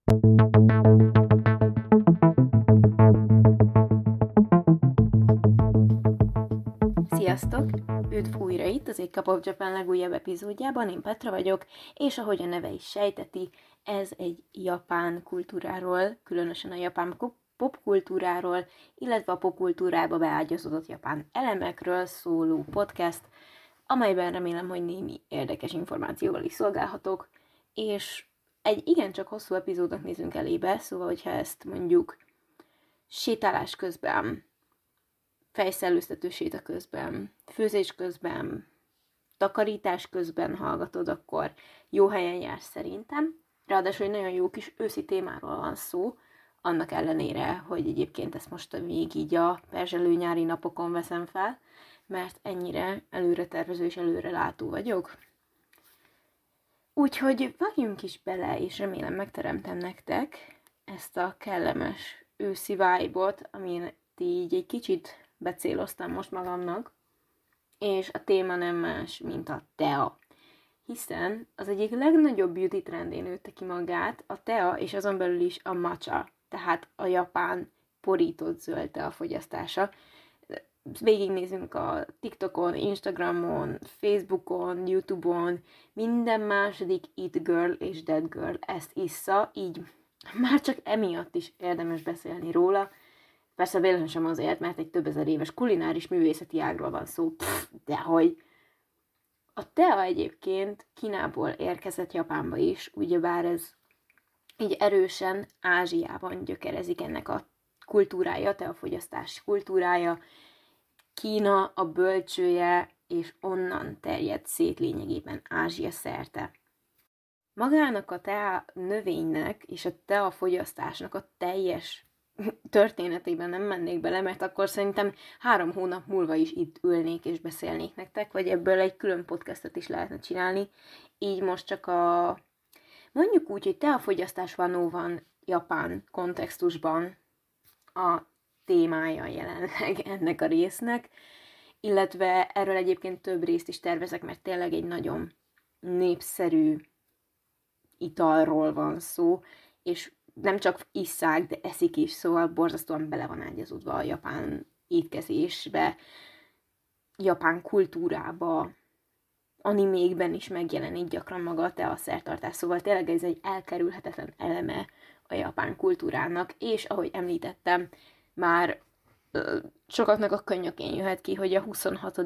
Sziasztok! Üdv újra itt az Cup of Japan legújabb epizódjában, én Petra vagyok, és ahogy a neve is sejteti, ez egy japán kultúráról, különösen a japán popkultúráról, illetve a popkultúrába beágyazódott japán elemekről szóló podcast, amelyben remélem, hogy némi érdekes információval is szolgálhatok, és egy igencsak hosszú epizódnak nézünk elébe, szóval, hogyha ezt mondjuk sétálás közben, fejszellőztető séta közben, főzés közben, takarítás közben hallgatod, akkor jó helyen jársz szerintem. Ráadásul egy nagyon jó kis őszi témáról van szó, annak ellenére, hogy egyébként ezt most még így a perzselő nyári napokon veszem fel, mert ennyire előre tervező és előre látó vagyok. Úgyhogy vágjunk is bele, és remélem megteremtem nektek ezt a kellemes őszi vibe-ot, amin így egy kicsit becéloztam most magamnak, és a téma nem más, mint a tea. Hiszen az egyik legnagyobb beauty trendén nőtte ki magát a tea, és azon belül is a matcha, tehát a japán porított zöld tea fogyasztása. Végignézünk a TikTokon, Instagramon, Facebookon, YouTube-on, minden második it girl és that girl ezt issza, így már csak emiatt is érdemes beszélni róla. Persze véletlenül sem azért, mert egy több ezer éves kulináris művészeti ágról van szó, dehogy. A tea egyébként Kínából érkezett Japánba is, ugyebár ez így erősen Ázsiában gyökerezik ennek a kultúrája, teafogyasztási kultúrája. Kína a bölcsője, és onnan terjed szét lényegében Ázsia szerte. Magának a tea növénynek és a tea fogyasztásnak a teljes történetében nem mennék bele, mert akkor szerintem 3 hónap múlva is itt ülnék és beszélnék nektek, vagy ebből egy külön podcastot is lehetne csinálni. Így most csak mondjuk úgy, hogy teafogyasztás van japán kontextusban a témája jelenleg ennek a résznek, illetve erről egyébként több részt is tervezek, mert tényleg egy nagyon népszerű italról van szó, és nem csak isszák, de eszik is, szóval borzasztóan bele van ágyazódva a japán étkezésbe, japán kultúrába, animékben is megjelenik gyakran maga a tea szertartás, szóval tényleg ez egy elkerülhetetlen eleme a japán kultúrának, és ahogy említettem, már sokaknak a könnyökén jöhet ki, hogy a 26.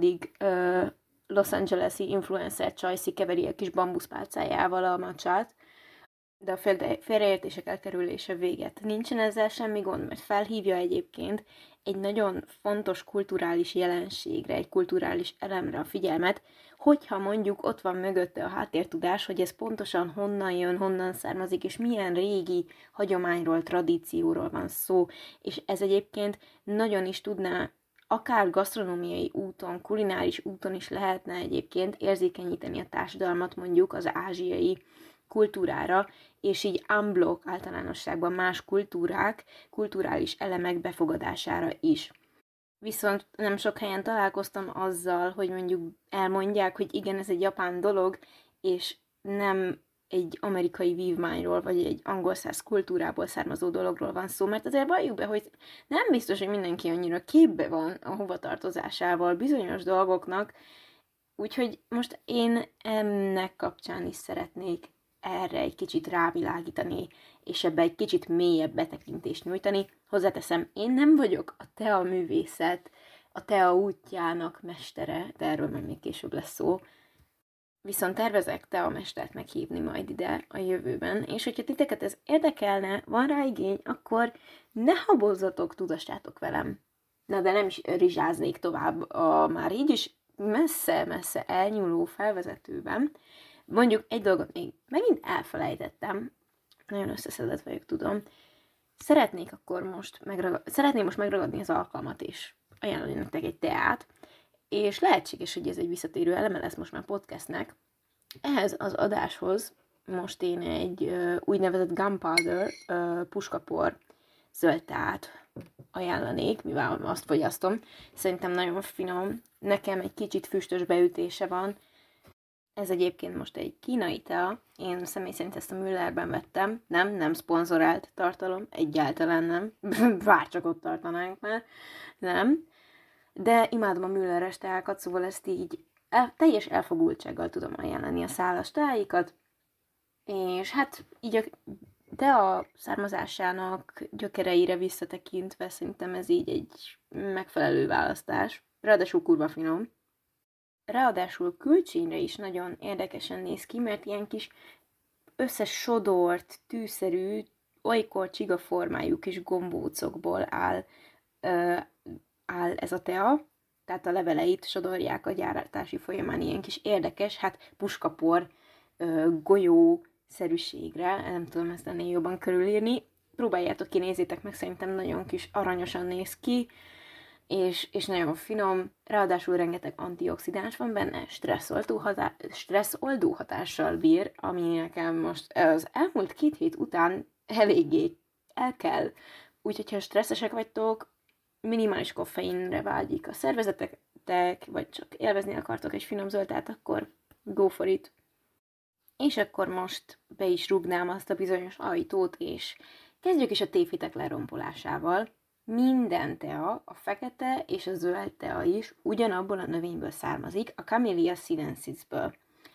Los Angeles-i influencer Csajci keveri a kis bambuszpálcájával a matchát, de a félreértések elkerülése véget. Nincsen ezzel semmi gond, mert felhívja egyébként egy nagyon fontos kulturális jelenségre, egy kulturális elemre a figyelmet, hogyha mondjuk ott van mögötte a háttértudás, hogy ez pontosan honnan jön, honnan származik, és milyen régi hagyományról, tradícióról van szó, és ez egyébként nagyon is tudná, akár gasztronómiai úton, kulináris úton is lehetne egyébként érzékenyíteni a társadalmat mondjuk az ázsiai kultúrára, és így unblock általánosságban más kultúrák, kulturális elemek befogadására is. Viszont nem sok helyen találkoztam azzal, hogy mondjuk elmondják, hogy igen, ez egy japán dolog, és nem egy amerikai vívmányról, vagy egy angol száz kultúrából származó dologról van szó, mert azért valljuk be, hogy nem biztos, hogy mindenki annyira képbe van a hovatartozásával bizonyos dolgoknak, úgyhogy most én ennek kapcsán is szeretnék erre egy kicsit rávilágítani, és ebbe egy kicsit mélyebb betekintést nyújtani. Hozzáteszem, én nem vagyok a tea művészet, a tea útjának mestere, de erről majd még később lesz szó. Viszont tervezek tea mestert meghívni majd ide a jövőben, és hogyha titeket ez érdekelne, van rá igény, akkor ne habozzatok, tudassátok velem. Na de nem is rizsáznék tovább a már így is messze-messze elnyúló felvezetőben. Mondjuk egy dolgot még megint elfelejtettem, nagyon összeszedett vagyok, tudom. Szeretném most megragadni az alkalmat és ajánlani nektek egy teát, és lehetséges, hogy ez egy visszatérő eleme lesz most már podcastnek. Ehhez az adáshoz most én egy úgynevezett gunpowder puskapor zöld teát ajánlanék, mivel azt fogyasztom. Szerintem nagyon finom, nekem egy kicsit füstös beütése van, Ez egyébként most egy kínai tea, én személy szerint ezt a Müllerben vettem, nem szponzorált tartalom, egyáltalán nem, bárcsak ott tartanánk már, nem, de imádom a Mülleres teákat, szóval ezt így teljes elfogultsággal tudom ajánlani a szálas teáikat, és hát így a tea származásának gyökereire visszatekintve szerintem ez így egy megfelelő választás, ráadásul kurva finom. Ráadásul külcsínre is nagyon érdekesen néz ki, mert ilyen kis összesodort, tűszerű, olykor csiga formájú kis gombócokból áll ez a tea, tehát a leveleit sodorják a gyártási folyamán ilyen kis érdekes, hát puskapor, golyó-szerűségre, nem tudom ezt ennél jobban körülírni. Próbáljátok ki, nézzétek meg, szerintem nagyon kis aranyosan néz ki, és nagyon finom, ráadásul rengeteg antioxidáns van benne, stresszoldó hatással bír, ami nekem most az elmúlt 2 hét után eléggé el kell. Úgyhogy ha stresszesek vagytok, minimális koffeinre vágyik a szervezetek, vagy csak élvezni akartok egy finom zöldát, akkor go for it. És akkor most be is rúgnám azt a bizonyos ajtót, és kezdjük is a tévhitek lerombolásával. Minden tea, a fekete és a zöld tea is ugyanabból a növényből származik, a Camellia sinensisből.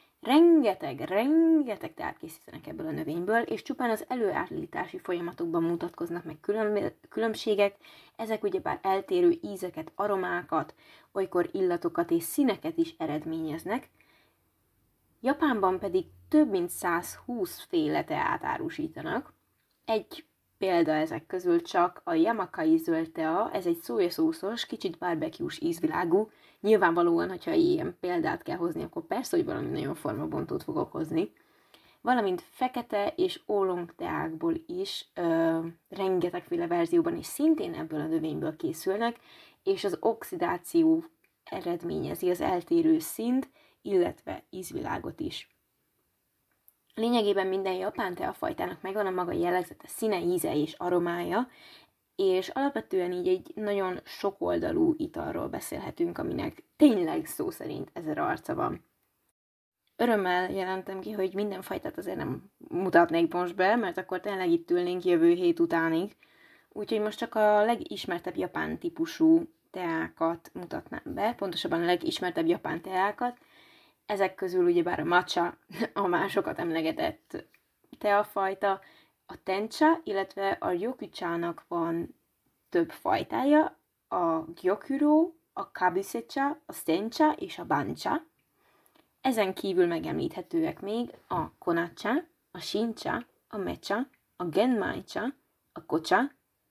Rengeteg teát készítenek ebből a növényből, és csupán az előállítási folyamatokban mutatkoznak meg különbségek. Ezek ugyebár eltérő ízeket, aromákat, olykor illatokat és színeket is eredményeznek. Japánban pedig több mint 120 féle teát árusítanak. Egy példa ezek közül csak a Yamakai zöld tea, ez egy szójaszószos, kicsit barbecue-s ízvilágú. Nyilvánvalóan, hogyha ilyen példát kell hozni, akkor persze, hogy valami nagyon formabontót fogok hozni. Valamint fekete és oolong teákból is rengetegféle verzióban is szintén ebből a növényből készülnek, és az oxidáció eredményezi az eltérő színt, illetve ízvilágot is. Lényegében minden japán teafajtának megvan a maga jellegzetes színe, íze és aromája, és alapvetően így egy nagyon sokoldalú italról beszélhetünk, aminek tényleg szó szerint 1000 arca van. Örömmel jelentem ki, hogy minden fajtát azért nem mutatnék most be, mert akkor tényleg itt ülnénk jövő hét utánig. Úgyhogy most csak a legismertebb japán típusú teákat mutatnám be, pontosabban a legismertebb japán teákat. Ezek közül ugyebár a matcha, a másokat emlegetett teafajta, a tencha, illetve a ryokuchának van több fajtája, a gyokuro, a kabusecha, a sencha és a bancha. Ezen kívül megemlíthetőek még a konacha, a shincha, a mecha, a genmaicha, a kocha,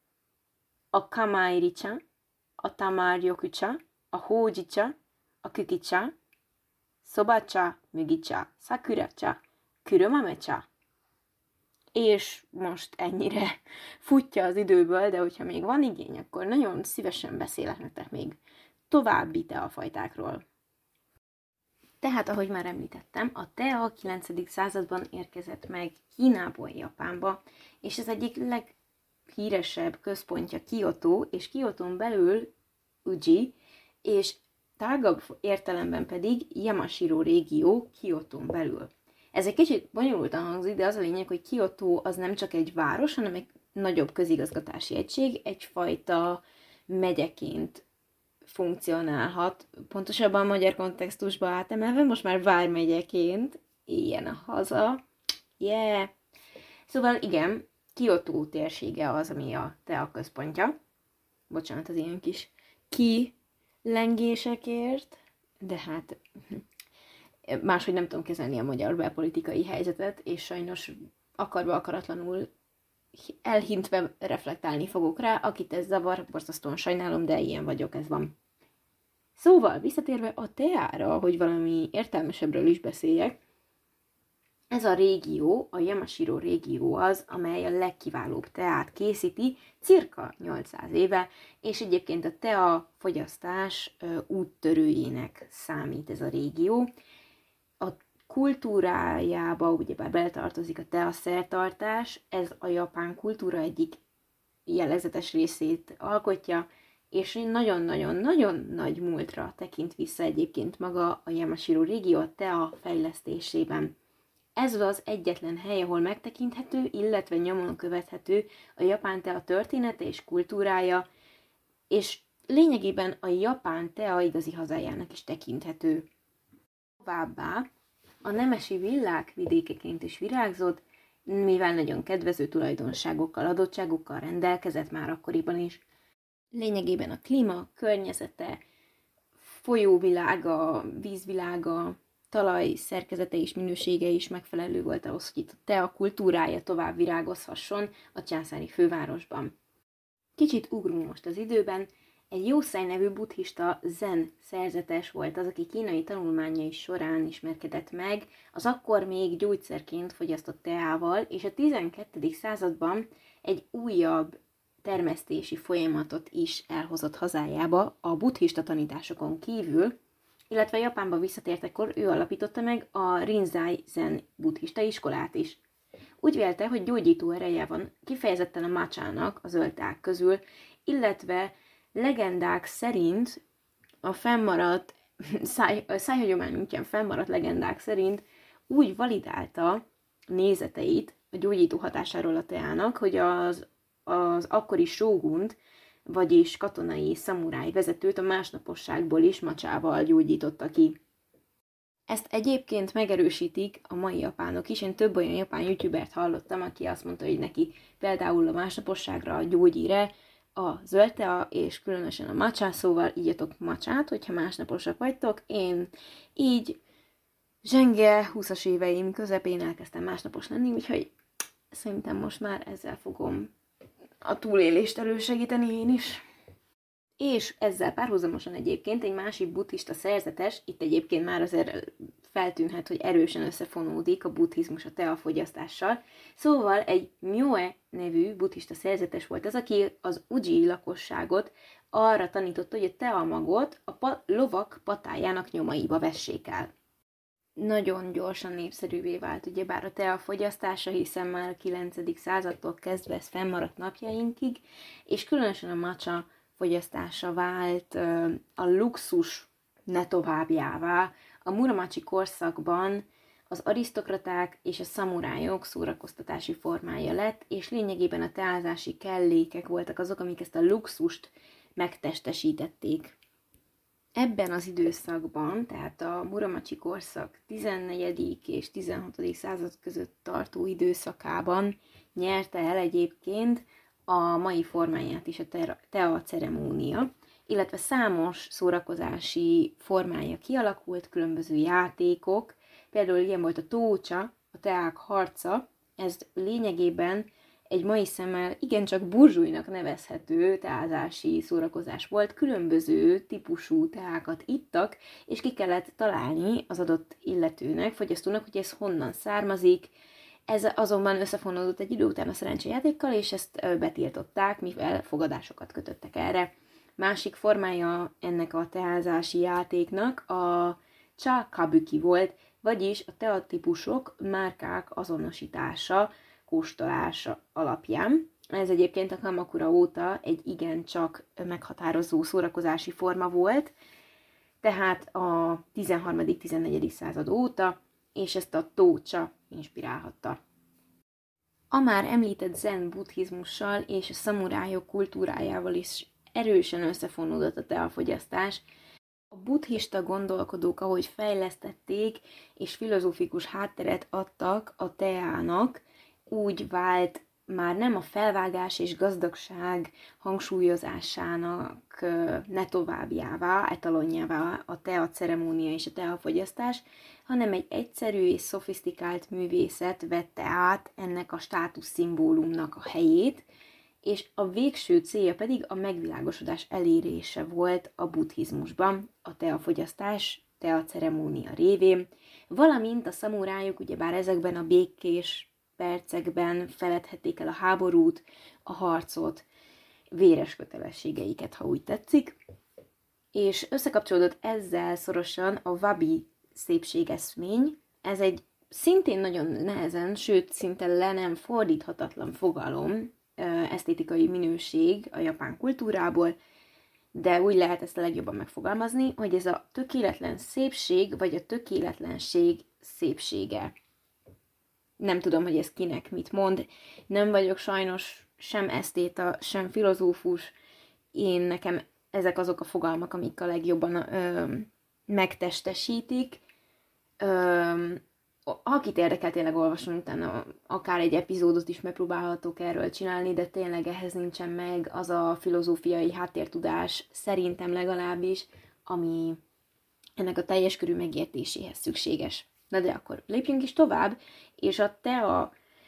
a kamairicha, a tamaryokucha, a hojicha, a kukicha, sobacha, mugicha, sakuracha, kuromamecha. És most ennyire futja az időből, de hogyha még van igény, akkor nagyon szívesen beszélek nektek még további teafajtákról. Tehát, ahogy már említettem, a tea a 9. században érkezett meg Kínából Japánba, és ez egyik leghíresebb központja Kyoto, és Kyotón belül Uji, és tágabb értelemben pedig Yamashiro régió Kyotón belül. Ez egy kicsit bonyolultan hangzik, de az a lényeg, hogy Kyoto az nem csak egy város, hanem egy nagyobb közigazgatási egység, egyfajta megyeként funkcionálhat, pontosabban a magyar kontextusba átemelve, most már vármegyeként, ilyen a haza. Yeah! Szóval igen, Kyoto térsége az, ami a tea központja. Bocsánat az ilyen kis kilengésekért, de hát máshogy nem tudom kezelni a magyar belpolitikai helyzetet, és sajnos akarva akaratlanul elhintve reflektálni fogok rá, akit ez zavar, borzasztóan sajnálom, de ilyen vagyok, ez van. Szóval, visszatérve a teára, hogy valami értelmesebbről is beszéljek, ez a régió, a Yamashiro régió az, amely a legkiválóbb teát készíti, cirka 800 éve, és egyébként a tea fogyasztás úttörőjének számít ez a régió. A kultúrájába ugyebár beletartozik a tea szertartás, ez a japán kultúra egyik jellegzetes részét alkotja, és nagyon-nagyon-nagyon nagy múltra tekint vissza egyébként maga a Yamashiro régió a tea fejlesztésében. Ez az egyetlen hely, ahol megtekinthető, illetve nyomon követhető a japán tea története és kultúrája, és lényegében a japán tea igazi hazájának is tekinthető. Továbbá a nemesi villák vidékeként is virágzott, mivel nagyon kedvező tulajdonságokkal, adottságokkal rendelkezett már akkoriban is. Lényegében a klíma, környezete, folyóvilága, vízvilága, talaj szerkezete és minősége is megfelelő volt ahhoz, hogy itt a tea kultúrája tovább virágozhasson a császári fővárosban. Kicsit ugrunk most az időben, egy Jószáj nevű buddhista zen szerzetes volt az, aki kínai tanulmányai során ismerkedett meg az akkor még gyógyszerként fogyasztott teával, és a 12. században egy újabb termesztési folyamatot is elhozott hazájába a buddhista tanításokon kívül, illetve Japánba visszatértekor ő alapította meg a Rinzai Zen buddhista iskolát is. Úgy vélte, hogy gyógyító ereje van kifejezetten a matchának, a zöld teák közül, illetve legendák szerint a fennmaradt, szájhagyomány útján fennmaradt legendák szerint úgy validálta nézeteit a gyógyító hatásáról a teának, hogy az akkori sógunt, vagyis katonai szamuráj vezetőt a másnaposságból is macsával gyógyította ki. Ezt egyébként megerősítik a mai japánok is. Én több olyan japán youtubert hallottam, aki azt mondta, hogy neki például a másnaposságra gyógyír-e a zöld tea, és különösen a matcha, szóval igyatok matchát, hogyha másnaposak vagytok. Én így zsenge 20-as éveim közepén elkezdtem másnapos lenni, úgyhogy szerintem most már ezzel fogom a túlélést elősegíteni én is. És ezzel párhuzamosan egyébként egy másik buddhista szerzetes, itt egyébként már azért feltűnhet, hogy erősen összefonódik a buddhizmus a teafogyasztással, szóval egy Myoe nevű buddhista szerzetes volt az, aki az Uji lakosságot arra tanította, hogy a teamagot a lovak patájának nyomaiba vessék el. Nagyon gyorsan népszerűvé vált ugyebár a tea fogyasztása, hiszen már a 9. századtól kezdve ez fennmaradt napjainkig, és különösen a matcha fogyasztása vált a luxus ne továbbjává. A Muromachi korszakban az arisztokraták és a szamurájok szórakoztatási formája lett, és lényegében a teázási kellékek voltak azok, amik ezt a luxust megtestesítették. Ebben az időszakban, tehát a Muromachi korszak 14. és 16. század között tartó időszakában nyerte el egyébként a mai formáját is a tea ceremónia, illetve számos szórakozási formája kialakult, különböző játékok, például ilyen volt a tócsa, a teák harca, ez lényegében egy mai szemmel igencsak burzsújnak nevezhető teázási szórakozás volt, különböző típusú teákat ittak, és ki kellett találni az adott illetőnek, fogyasztónak, hogy ez honnan származik. Ez azonban összefonódott egy idő után a szerencsejátékkal, és ezt betiltották, mivel fogadásokat kötöttek erre. Másik formája ennek a teázási játéknak a cha kabuki volt, vagyis a teatípusok, márkák azonosítása, kóstolása alapján. Ez egyébként a Kamakura óta egy igencsak meghatározó szórakozási forma volt, tehát a 13.-14. század óta, és ezt a tócsa inspirálhatta. A már említett zen buddhizmussal és a szamurájok kultúrájával is erősen összefonódott a teafogyasztás. A buddhista gondolkodók, ahogy fejlesztették és filozófikus hátteret adtak a teának, úgy vált már nem a felvágás és gazdagság hangsúlyozásának ne továbbjává, etalonjává a tea ceremónia és a teafogyasztás, hanem egy egyszerű és szofisztikált művészet vette át ennek a státuszszimbólumnak a helyét, és a végső célja pedig a megvilágosodás elérése volt a buddhizmusban, a teafogyasztás, tea ceremónia révén, valamint a szamurájuk ugyebár ezekben a békés percekben feledhették el a háborút, a harcot, véres kötelességeiket, ha úgy tetszik, és összekapcsolódott ezzel szorosan a wabi szépségeszmény. Ez egy szintén nagyon nehezen, sőt szinte le nem fordíthatatlan fogalom, esztétikai minőség a japán kultúrából, de úgy lehet ezt a legjobban megfogalmazni, hogy ez a tökéletlen szépség, vagy a tökéletlenség szépsége. Nem tudom, hogy ez kinek mit mond. Nem vagyok sajnos sem esztéta, sem filozófus. Nekem ezek azok a fogalmak, amik a legjobban megtestesítik. Akit érdekel, tényleg olvasom utána, akár egy epizódot is megpróbálhatok erről csinálni, de tényleg ehhez nincsen meg az a filozófiai háttértudás, szerintem legalábbis, ami ennek a teljes körű megértéséhez szükséges. Na de akkor lépjünk is tovább, és a TEA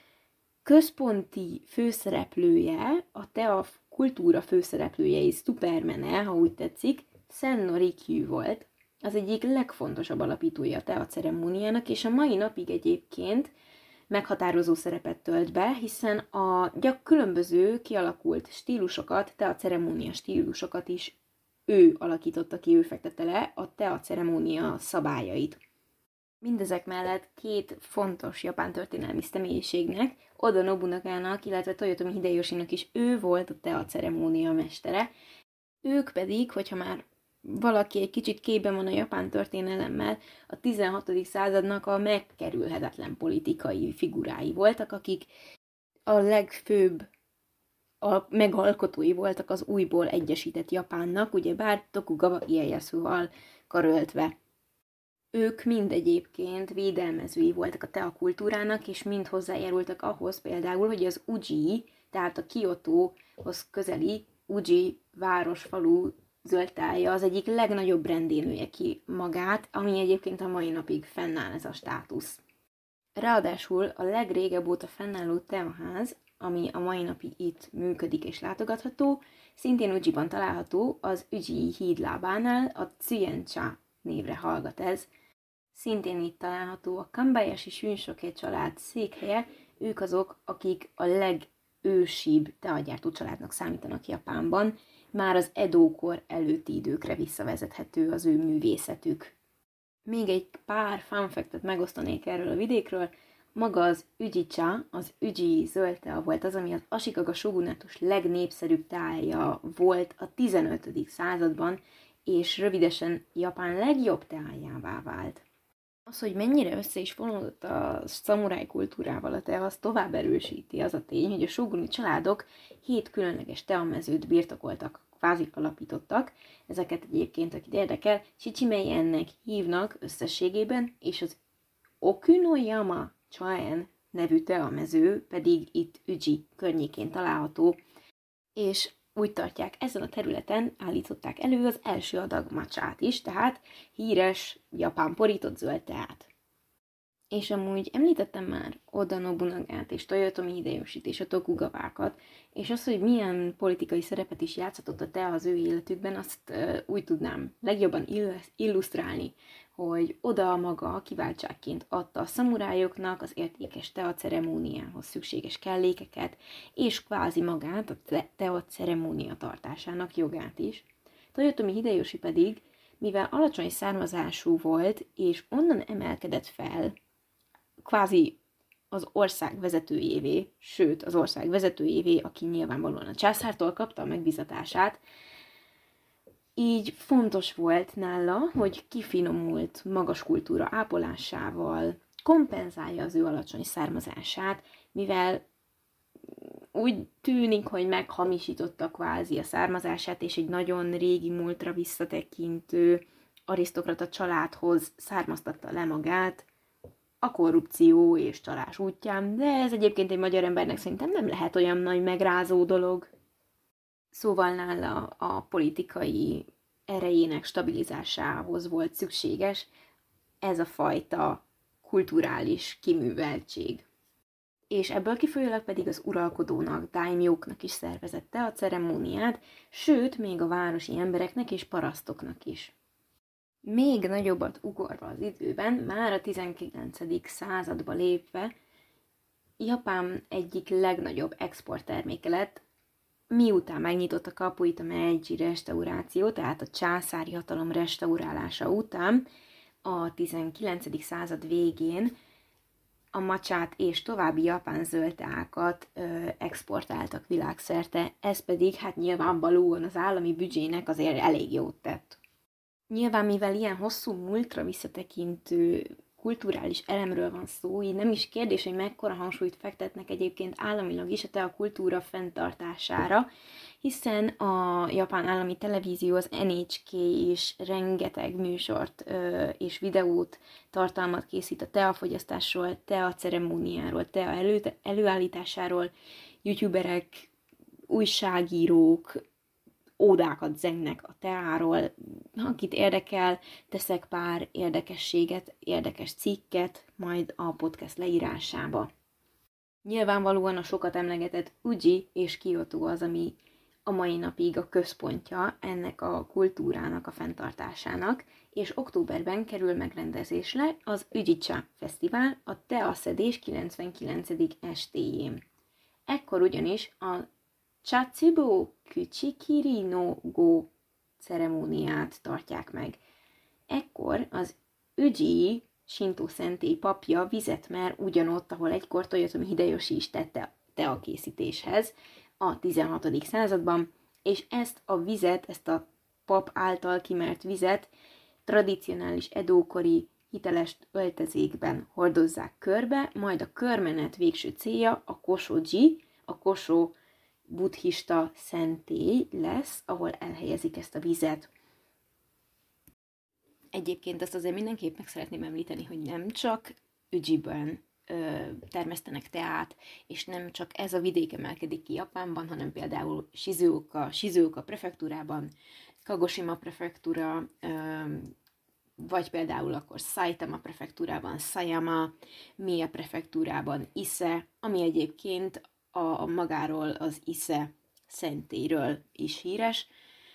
központi főszereplője, a TEA kultúra főszereplője és szupermene, ha úgy tetszik, Senno Rikyu volt, az egyik legfontosabb alapítója a TEA ceremóniának, és a mai napig egyébként meghatározó szerepet tölt be, hiszen a különböző kialakult stílusokat, TEA ceremónia stílusokat is ő alakította ki, ő fektette le a TEA ceremónia szabályait. Mindezek mellett két fontos japán történelmi személyiségnek, Oda Nobunagának, illetve Toyotomi Hideyoshinak is ő volt a TEA ceremónia mestere. Ők pedig, hogyha már valaki egy kicsit képben van a japán történelemmel, a 16. századnak a megkerülhetetlen politikai figurái voltak, akik a legfőbb megalkotói voltak az újból egyesített Japánnak, ugyebár Tokugawa Ieyasuval karöltve. Ők mind egyébként védelmezői voltak a TEA kultúrának, és mind hozzájárultak ahhoz például, hogy az Uji, tehát a Kiotóhoz közeli Uji városfalu zöldtája az egyik legnagyobb brandé nője ki magát, ami egyébként a mai napig fennáll ez a státusz. Ráadásul a legrégebb óta fennálló TEA ház, ami a mai napig itt működik és látogatható, szintén Ujiban található, az Uji híd lábánál, a Tsuyencha névre hallgat ez. Szintén itt található a Kanbayashi Shunsoke család székhelye, ők azok, akik a legősibb teagyártó családnak számítanak Japánban, már az Edo-kor előtti időkre visszavezethető az ő művészetük. Még egy pár fun factet megosztanék erről a vidékről. Maga az Ujicha, az Uji zöld tea volt az, ami az Ashikaga shogunátus legnépszerűbb teája volt a 15. században, és rövidesen Japán legjobb teájává vált. Az, hogy mennyire össze is fonódott a szamuráj kultúrával a tea, az tovább erősíti az a tény, hogy a shoguni családok 7 különleges teamezőt birtokoltak, kvázi alapítottak. Ezeket egyébként, akit érdekel, Shichimei-ennek hívnak összességében, és az Okunoyama Chaen nevű teamező pedig itt Uji környékén található, és úgy tartják, ezen a területen állították elő az első adag macsát is, tehát híres japán porított zöld teát. És amúgy említettem már Oda Nobunagát és Toyotomi Hideyoshit és a Tokugavákat, és az, hogy milyen politikai szerepet is játszhatott a tea az ő életükben, azt úgy tudnám legjobban illusztrálni, hogy Oda maga kiváltságként adta a szamurájoknak az értékes tea ceremóniához szükséges kellékeket, és kvázi magát a tea ceremónia tartásának jogát is. Toyotomi Hideyoshi pedig, mivel alacsony származású volt, és onnan emelkedett fel, kvázi az ország vezetőjévé, sőt az ország vezetőjévé, aki nyilvánvalóan a császártól kapta a megbízatását, így fontos volt nála, hogy kifinomult magas kultúra ápolásával kompenzálja az ő alacsony származását, mivel úgy tűnik, hogy meghamisította kvázi a származását, és egy nagyon régi múltra visszatekintő arisztokrata családhoz származtatta le magát a korrupció és csalás útján, de ez egyébként egy magyar embernek szerintem nem lehet olyan nagy megrázó dolog. Szóval nála a politikai erejének stabilizásához volt szükséges ez a fajta kulturális kiműveltség. És ebből kifolyólag pedig az uralkodónak, daimjóknak is szervezette a ceremóniát, sőt, még a városi embereknek és parasztoknak is. Még nagyobbat ugorva az időben, már a 19. századba lépve, Japán egyik legnagyobb exportterméke lett, miután megnyitott a kapuit a Meiji restauráció, tehát a császári hatalom restaurálása után, a 19. század végén, a macsát és további japán zöldteákat exportáltak világszerte, ez pedig hát nyilvánvalóan az állami büdzsének azért elég jót tett. Nyilván, mivel ilyen hosszú múltra visszatekintő kulturális elemről van szó, így nem is kérdés, hogy mekkora hangsúlyt fektetnek egyébként államilag is a teakultúra fenntartására, hiszen a japán állami televízió, az NHK is rengeteg műsort és videót, tartalmat készít a teafogyasztásról, tea ceremóniáról, tea előállításáról, youtuberek, újságírók, ódákat zengnek a teáról. Akit érdekel, teszek pár érdekességet, érdekes cikket majd a podcast leírásába. Nyilvánvalóan a sokat emlegetett Uji és Kyoto az, ami a mai napig a központja ennek a kultúrának a fenntartásának, és októberben kerül megrendezésre az Ujicha Fesztivál a teaszedés 99. estéjén. Ekkor ugyanis a Chatsubo Kuchikiri no Go ceremóniát tartják meg. Ekkor az Uji Shinto szentély papja vizet mer ugyanott, ahol egykor Toyotomi Hideyoshi is tette tea készítéshez a 16. században, és ezt a vizet, ezt a pap által kimert vizet tradicionális edókori hiteles öltözékben hordozzák körbe, majd a körmenet végső célja a Koshoji, a Kosho buddhista szentély lesz, ahol elhelyezik ezt a vizet. Egyébként azt azért mindenképp meg szeretném említeni, hogy nem csak Ujiben termesztenek teát, és nem csak ez a vidék emelkedik ki Japánban, hanem például Shizuoka prefektúrában, Kagoshima prefektúra, vagy például akkor Saitama prefektúrában Sayama, Mie prefektúrában Ise, ami egyébként a magáról az Ise szentélyről is híres.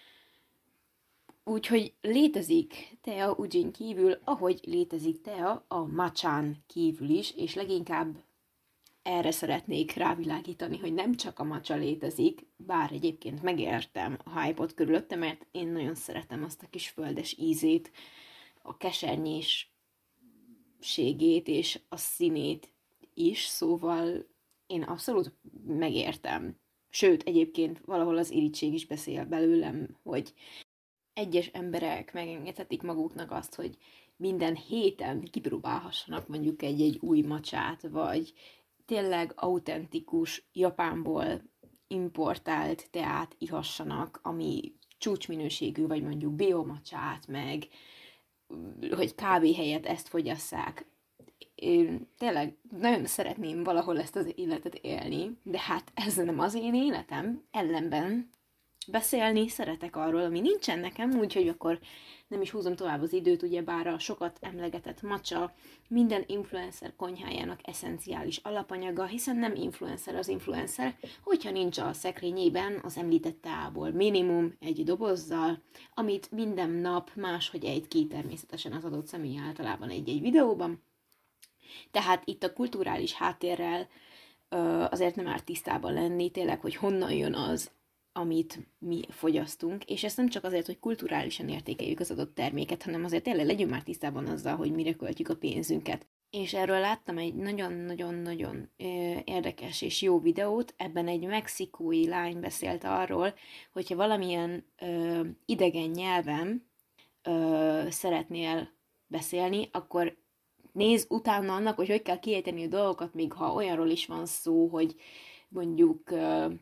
Úgyhogy létezik tea Ujin kívül, ahogy létezik tea a macsán kívül is, és leginkább erre szeretnék rávilágítani, hogy nem csak a matcha létezik, bár egyébként megértem a hype-ot körülötte, mert én nagyon szeretem azt a kis földes ízét, a kesernyésségét és a színét is, szóval én abszolút megértem. Sőt, egyébként valahol az irigység is beszél belőlem, hogy egyes emberek megengedhetik maguknak azt, hogy minden héten kipróbálhassanak mondjuk egy új macsát, vagy tényleg autentikus Japánból importált teát ihassanak, ami csúcsminőségű, vagy mondjuk biomacsát, meg hogy kávé helyett ezt fogyasszák. Én tényleg nagyon szeretném valahol ezt az életet élni, de hát ez nem az én életem, ellenben beszélni szeretek arról, ami nincsen nekem, úgyhogy akkor nem is húzom tovább az időt, ugyebár a sokat emlegetett matcha minden influencer konyhájának eszenciális alapanyaga, hiszen nem influencer az influencer, hogyha nincs a szekrényében az említett teából minimum egy dobozzal, amit minden nap máshogy ejt ki természetesen az adott személy általában egy videóban. Tehát itt a kulturális háttérrel azért nem árt tisztában lenni, tényleg, hogy honnan jön az, amit mi fogyasztunk, és ezt nem csak azért, hogy kulturálisan értékeljük az adott terméket, hanem azért tényleg legyünk már tisztában azzal, hogy mire költjük a pénzünket. És erről láttam egy nagyon-nagyon-nagyon érdekes és jó videót, ebben egy mexikói lány beszélt arról, hogyha valamilyen idegen nyelven szeretnél beszélni, akkor nézz utána annak, hogy kell kiejteni a dolgokat, még ha olyanról is van szó, hogy mondjuk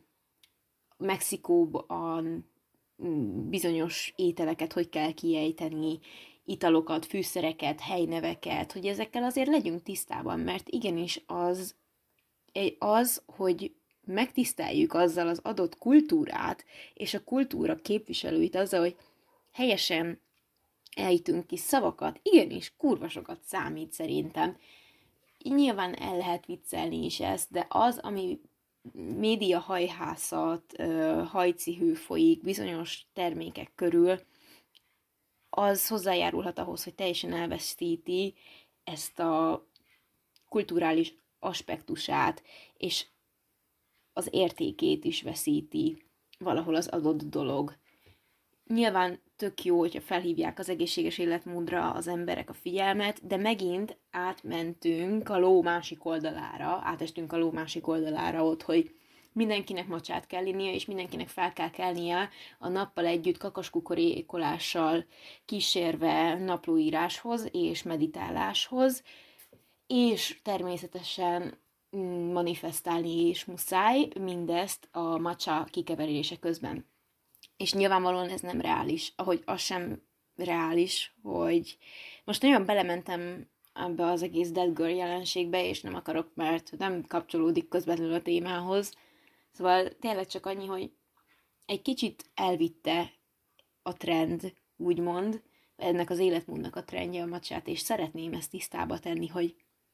Mexikóban bizonyos ételeket hogy kell kiejteni, italokat, fűszereket, helyneveket, hogy ezekkel azért legyünk tisztában, mert igenis az, hogy megtiszteljük azzal az adott kultúrát, és a kultúra képviselőit azzal, hogy helyesen ejtünk ki szavakat, igenis kurva sokat számít szerintem. Nyilván el lehet viccelni is ezt, de az, ami média hajhászat, hajcihő folyik bizonyos termékek körül, az hozzájárulhat ahhoz, hogy teljesen elveszíti ezt a kulturális aspektusát, és az értékét is veszíti valahol az adott dolog. Nyilván tök jó, hogyha felhívják az egészséges életmódra az emberek a figyelmet, de megint átestünk a ló másik oldalára ott, hogy mindenkinek macsát kell innia, és mindenkinek fel kell kelnie a nappal együtt kakaskukorékolással kísérve naplóíráshoz és meditáláshoz, és természetesen manifestálni is muszáj, mindezt a matcha kikeverése közben. És nyilvánvalóan ez nem reális, ahogy az sem reális, hogy most nagyon belementem ebbe az egész Dead Girl jelenségbe, és nem akarok, mert nem kapcsolódik közvetlenül a témához. Szóval tényleg csak annyi, hogy egy kicsit elvitte a trend, úgymond, ennek az életmódnak a trendje a macsát, és szeretném ezt tisztába tenni, hogy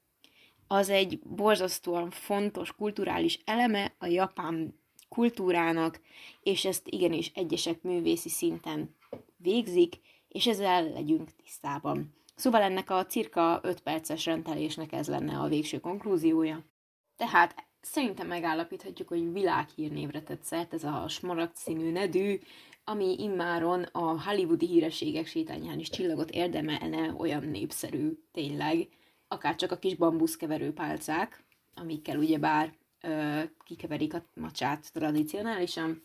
az egy borzasztóan fontos kulturális eleme a japán kultúrának, és ezt igenis egyesek művészi szinten végzik, és ezzel legyünk tisztában. Szóval ennek a cirka 5 perces rendelésnek ez lenne a végső konklúziója. Tehát szerintem megállapíthatjuk, hogy világhírnévre tett szert ez a smaragd színű nedű, ami immáron a hollywoodi hírességek sétányán is csillagot érdemelne, olyan népszerű tényleg, akárcsak a kis bambuszkeverő pálcák, amikkel ugyebár kikeverik a macsát tradicionálisan.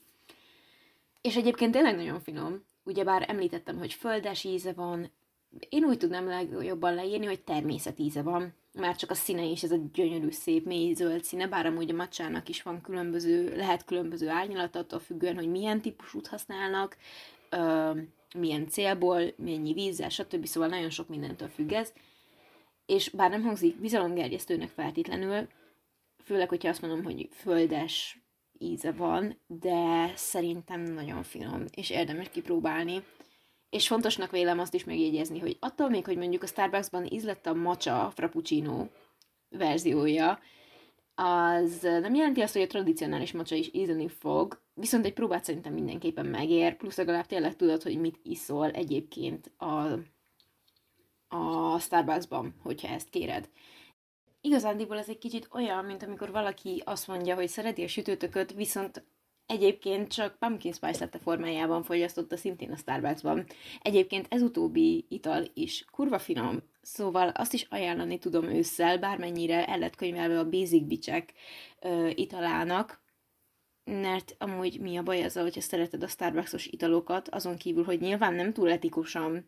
És egyébként tényleg nagyon finom. Ugyebár említettem, hogy földes íze van, én úgy tudnám legjobban leírni, hogy természetíze van. Már csak a színe is, ez a gyönyörű, szép, mély zöld színe, bár amúgy a macsának is van lehet különböző árnyalata, attól függően, hogy milyen típusút használnak, milyen célból, mennyi vízzel, stb. Szóval nagyon sok mindentől függ ez. És bár nem hangzik bizalomgerjesztőnek feltétlenül, főleg, hogyha azt mondom, hogy földes íze van, de szerintem nagyon finom, és érdemes kipróbálni. És fontosnak vélem azt is megjegyezni, hogy attól még, hogy mondjuk a Starbucksban ízlett a matcha frappuccino verziója, az nem jelenti azt, hogy a tradicionális matcha is ízleni fog, viszont egy próbát szerintem mindenképpen megér, plusz legalább tényleg tudod, hogy mit iszol egyébként a Starbucksban, hogyha ezt kéred. Igazándiból ez egy kicsit olyan, mint amikor valaki azt mondja, hogy szereti a sütőtököt, viszont egyébként csak pumpkin spice latte formájában fogyasztotta szintén a Starbucksban. Egyébként ez utóbbi ital is kurva finom, szóval azt is ajánlani tudom ősszel, bármennyire el lett könyvelve a Basic Bitchek italának, mert amúgy mi a baj azzal, hogyha szereted a Starbucksos italokat, azon kívül, hogy nyilván nem túl etikusan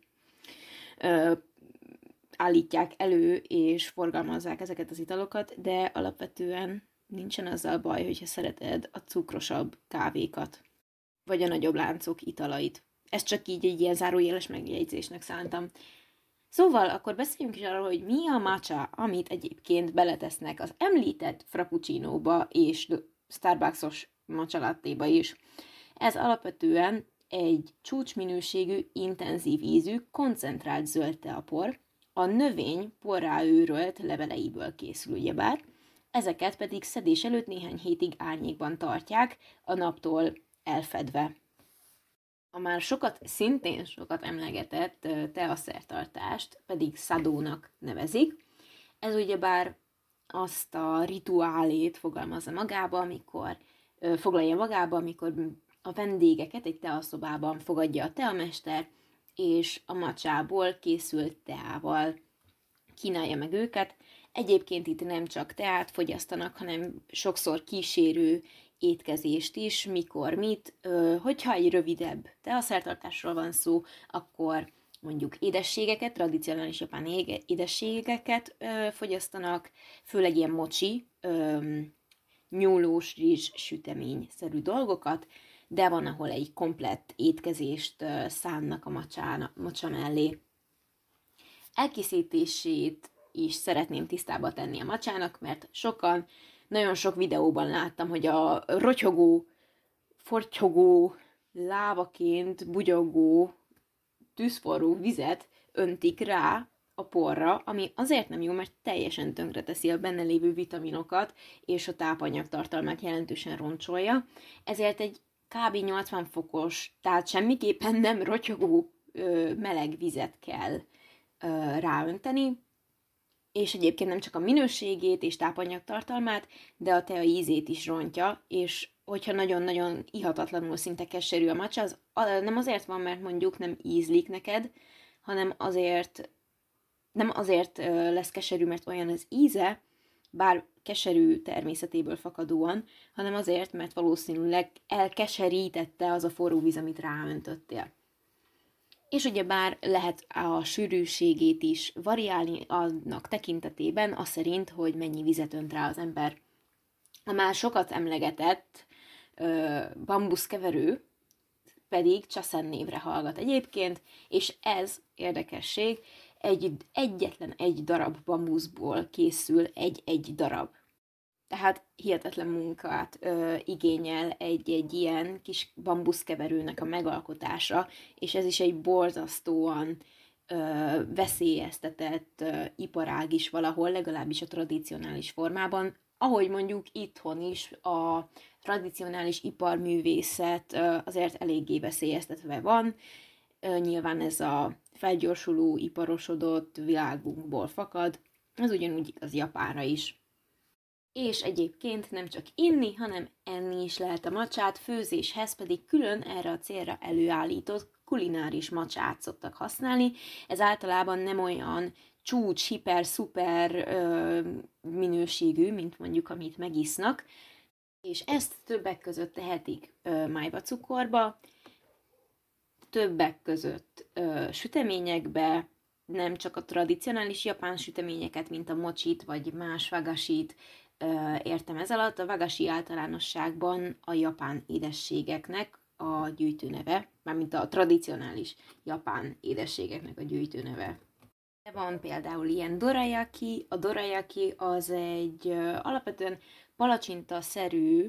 állítják elő és forgalmazzák ezeket az italokat, de alapvetően nincsen azzal baj, hogyha szereted a cukrosabb kávékat, vagy a nagyobb láncok italait. Ezt csak így egy ilyen zárójeles megjegyzésnek szántam. Szóval akkor beszéljünk is arról, hogy mi a matcha, amit egyébként beletesznek az említett frappuccinóba és Starbucksos matcha lattéba is. Ez alapvetően egy csúcsminőségű, intenzív ízű, koncentrált zöld teapor, a növény porrá őrölt leveleiből készül ugyebár, ezeket pedig szedés előtt néhány hétig árnyékban tartják, a naptól elfedve. A már szintén sokat emlegetett teaszertartást pedig szadónak nevezik. Ez ugyebár azt a rituálét foglalja magába, amikor a vendégeket egy teaszobában fogadja a teamester, és a macsából készült teával kínálja meg őket. Egyébként itt nem csak teát fogyasztanak, hanem sokszor kísérő étkezést is, mikor mit. Hogyha egy rövidebb teaszertartásról van szó, akkor mondjuk édességeket, tradicionális japán édességeket fogyasztanak, főleg ilyen mochi, nyúlós rizs süteményszerű dolgokat, de van, ahol egy komplett étkezést szánnak a macsa mellé. Elkészítését is szeretném tisztába tenni a macsának, mert nagyon sok videóban láttam, hogy a rotyogó, fortyogó, lávaként bugyogó, tűzforró vizet öntik rá a porra, ami azért nem jó, mert teljesen tönkreteszi a benne lévő vitaminokat, és a tápanyag tartalmát jelentősen roncsolja. Ezért egy kb. 80 fokos, tehát semmiképpen nem rotyogó meleg vizet kell ráönteni, és egyébként nem csak a minőségét és tápanyag tartalmát, de a tea ízét is rontja, és hogyha nagyon-nagyon ihatatlanul szinte keserű a matcha, az nem azért van, mert mondjuk nem ízlik neked, hanem azért, nem azért lesz keserű, mert olyan az íze, bár keserű természetéből fakadóan, hanem azért, mert valószínűleg elkeserítette az a forró víz, amit ráöntöttél. És ugyebár lehet a sűrűségét is variálni annak tekintetében, az szerint, hogy mennyi vizet önt rá az ember. A már sokat emlegetett bambuszkeverő pedig Chasen névre hallgat egyébként, és ez érdekesség, egyetlen egy darab bambuszból készül egy darab. Tehát hihetetlen munkát igényel egy ilyen kis bambuszkeverőnek a megalkotása, és ez is egy borzasztóan veszélyeztetett iparág is valahol, legalábbis a tradicionális formában, ahogy mondjuk itthon is a tradicionális iparművészet azért eléggé veszélyeztetve van. Nyilván ez a felgyorsuló, iparosodott világunkból fakad, ez ugyanúgy igaz Japánra is. És egyébként nem csak inni, hanem enni is lehet a macsát, főzéshez pedig külön erre a célra előállított kulináris macsát szoktak használni. Ez általában nem olyan csúcs, hiper, szuper minőségű, mint mondjuk amit megisznak, és ezt többek között tehetik májva cukorba, többek között süteményekbe, nem csak a tradicionális japán süteményeket, mint a mochit vagy más wagasit értem ez alatt. A wagashi általánosságban a japán édességeknek a gyűjtőneve, mármint a tradicionális japán édességeknek a gyűjtőneve. Van például ilyen dorayaki. A dorayaki az egy alapvetően palacsinta-szerű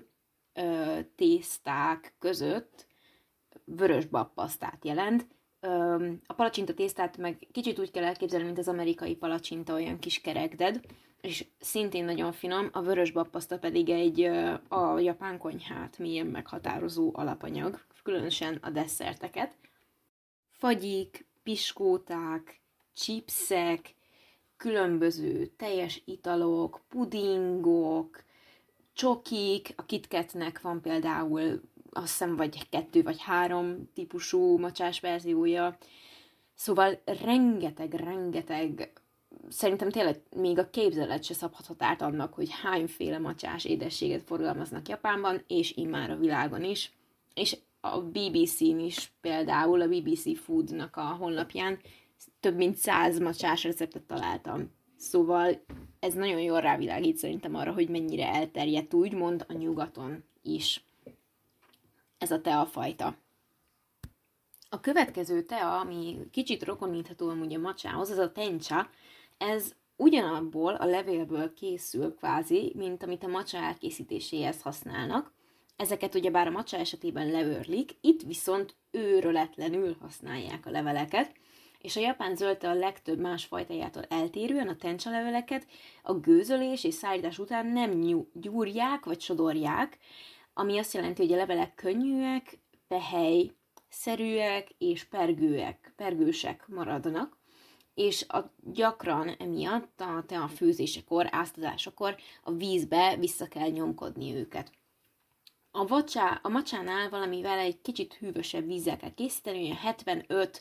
tészták között vörös babpasztát jelent. A palacsinta tésztát meg kicsit úgy kell elképzelni, mint az amerikai palacsinta, olyan kis kerekded, és szintén nagyon finom, a vörös babpaszta pedig a japán konyhát mélyen meghatározó alapanyag, különösen a desszerteket. Fagyik, piskóták, chipsek, különböző teljes italok, pudingok, csokik, a KitKatnek van például azt hiszem vagy 2 vagy 3 típusú macsás verziója. Szóval rengeteg, szerintem tényleg még a képzelet se szabhat határt annak, hogy hányféle macsás édességet forgalmaznak Japánban, és immár a világon is. És a BBC-n is például, a BBC Foodnak a honlapján több mint 100 macsás receptet találtam. Szóval ez nagyon jól rávilágít szerintem arra, hogy mennyire elterjedt úgymond a nyugaton is ez a teafajta. A következő tea, ami kicsit rokonítható amúgy a macsához, az a tencha. Ez ugyanabból a levélből készül kvázi, mint amit a macsa elkészítéséhez használnak. Ezeket ugyebár a macsa esetében leörlik, itt viszont őröletlenül használják a leveleket, és a japán zöld a legtöbb más fajtájától eltérően a tencha leveleket a gőzölés és szállítás után nem gyúrják vagy sodorják, ami azt jelenti, hogy a levelek könnyűek, pehely-szerűek és pergősek maradnak, és gyakran emiatt a tea főzésekor, áztatásakor a vízbe vissza kell nyomkodni őket. A macsánál valamivel egy kicsit hűvösebb vízzel kell készíteni, olyan 75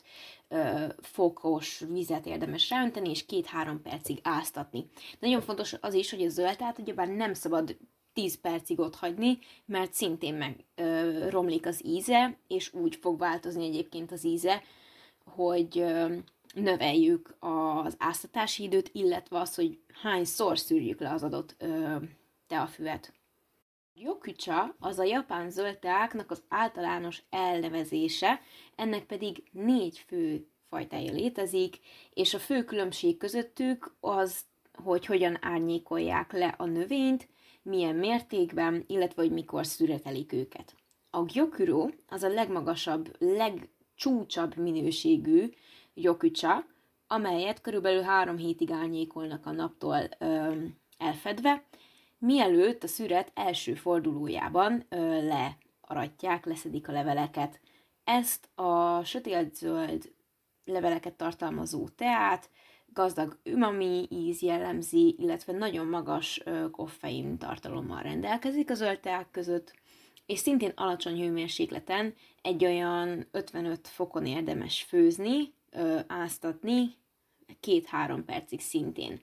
fokos vizet érdemes ráönteni, és 2-3 percig áztatni. Nagyon fontos az is, hogy a zöldtát ugyebár nem szabad 10 percig ott hagyni, mert szintén romlik az íze, és úgy fog változni egyébként az íze, hogy növeljük az áztatási időt, illetve az, hogy hányszor szűrjük le az adott teafüvet. Gyokucha az a japán zöld teáknak az általános elnevezése, ennek pedig 4 fő fajtája létezik, és a fő különbség közöttük az, hogy hogyan árnyékolják le a növényt, milyen mértékben, illetve hogy mikor szüretelik őket. A gyokuro az a legmagasabb, legcsúcsabb minőségű gyokucha, amelyet körülbelül 3 hétig árnyékolnak a naptól elfedve, mielőtt a szüret első fordulójában learatják, leszedik a leveleket. Ezt a sötétzöld leveleket tartalmazó teát gazdag umami íz jellemzi, illetve nagyon magas koffein tartalommal rendelkezik a zöld teák között. és szintén alacsony hőmérsékleten egy olyan 55 fokon érdemes főzni, áztatni 2-3 percig szintén.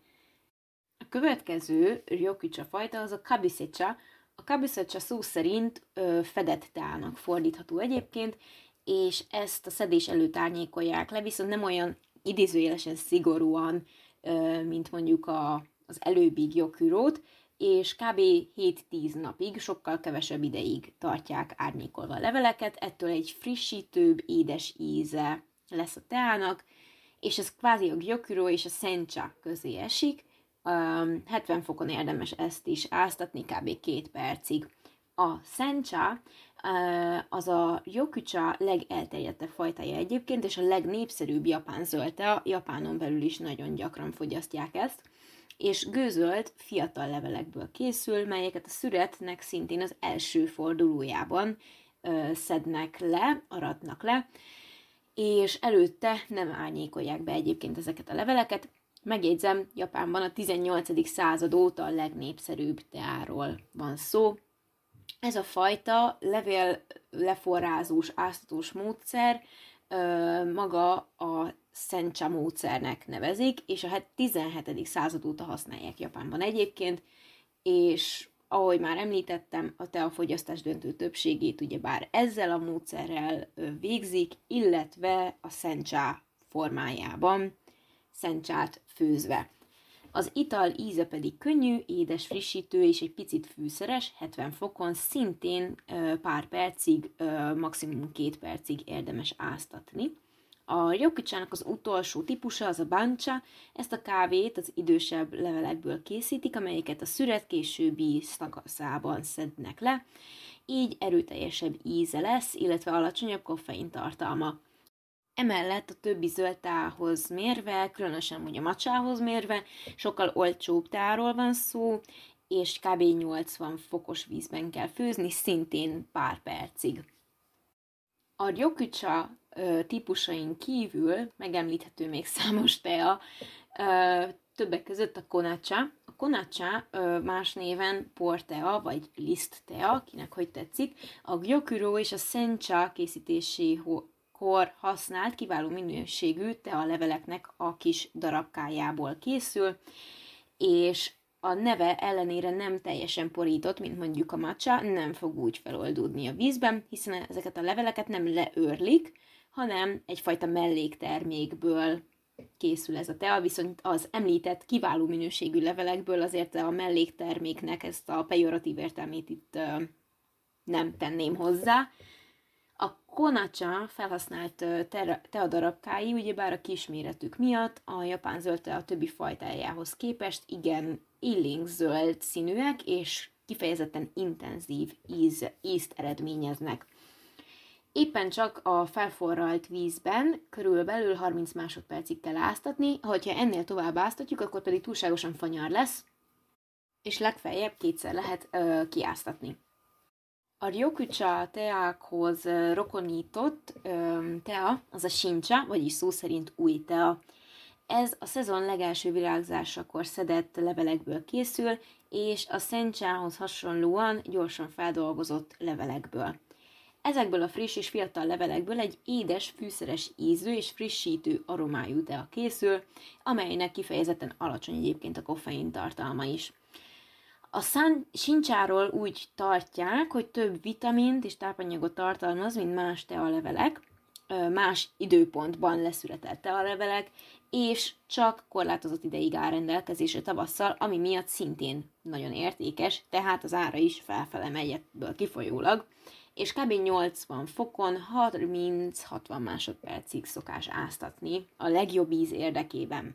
A következő ryokucha fajta az a kabisecha. A kabisecha szó szerint fedett teának fordítható egyébként, és ezt a szedés előtt árnyékolják le, viszont nem olyan idézőjelesen szigorúan, mint mondjuk az előbbi gyokurót, és kb. 7-10 napig, sokkal kevesebb ideig tartják árnyékolva a leveleket, ettől egy frissítőbb, édes íze lesz a teának, és ez kvázi a gyokuro és a sencha közé esik. 70 fokon érdemes ezt is áztatni kb. 2 percig. A sencha az a ryokucha legelterjedtebb fajtája egyébként, és a legnépszerűbb japán zöld tea, Japánon belül is nagyon gyakran fogyasztják ezt, és gőzölt fiatal levelekből készül, melyeket a szüretnek szintén az első fordulójában szednek le, aratnak le, és előtte nem árnyékolják be egyébként ezeket a leveleket. Megjegyzem, Japánban a 18. század óta a legnépszerűbb teáról van szó. Ez a fajta levél-leforrázós, áztatós módszer maga a sencha módszernek nevezik, és a 17. század óta használják Japánban egyébként, és ahogy már említettem, a teafogyasztás döntő többségét ugyebár ezzel a módszerrel végzik, illetve a sencha formájában, senchát főzve. Az ital íze pedig könnyű, édes, frissítő és egy picit fűszeres, 70 fokon, szintén pár percig, maximum 2 percig érdemes áztatni. A ryokuchának az utolsó típusa az a bancha, ezt a kávét az idősebb levelekből készítik, amelyeket a szüret későbbi szakaszában szednek le, így erőteljesebb íze lesz, illetve alacsonyabb koffein tartalma. Emellett a többi zöld teához mérve, különösen ugye a matchához mérve, sokkal olcsóbb teáról van szó, és kb. 80 fokos vízben kell főzni, szintén pár percig. A ryokucha típusain kívül megemlíthető még számos tea, többek között a konacha. A konacha más néven portea vagy liszt tea, kinek hogy tetszik, a gyokuro és a sencha készítésékor használt kiváló minőségű tea leveleknek a kis darabkájából készül, és a neve ellenére nem teljesen porított, mint mondjuk a matcha, nem fog úgy feloldódni a vízben, hiszen ezeket a leveleket nem leőrlik, hanem egyfajta melléktermékből készül ez a tea, viszont az említett kiváló minőségű levelekből azért a mellékterméknek ezt a pejoratív értelmét itt nem tenném hozzá. A konacha felhasznált teadarabkái, ugyebár a kisméretük miatt a japán zöld tea a többi fajtájához képest igen illing zöld színűek, és kifejezetten intenzív ízt eredményeznek. Éppen csak a felforralt vízben körülbelül 30 másodpercig kell áztatni, hogyha ennél tovább áztatjuk, akkor pedig túlságosan fanyar lesz, és legfeljebb 2-szer lehet kiáztatni. A ryokucha teákhoz rokonított tea az a shincha, vagyis szó szerint új tea. Ez a szezon legelső virágzásakor szedett levelekből készül, és a senchahoz hasonlóan gyorsan feldolgozott levelekből. Ezekből a friss és fiatal levelekből egy édes, fűszeres ízű és frissítő aromájú tea készül, amelynek kifejezetten alacsony egyébként a koffein tartalma is. A sincháról úgy tartják, hogy több vitamint és tápanyagot tartalmaz, mint más tealevelek, más időpontban leszületelt tealevelek, és csak korlátozott ideig áll rendelkezésre tavasszal, ami miatt szintén nagyon értékes, tehát az ára is felfele megy ebből kifolyólag, és kb. 80 fokon 30-60 másodpercig szokás áztatni a legjobb íz érdekében.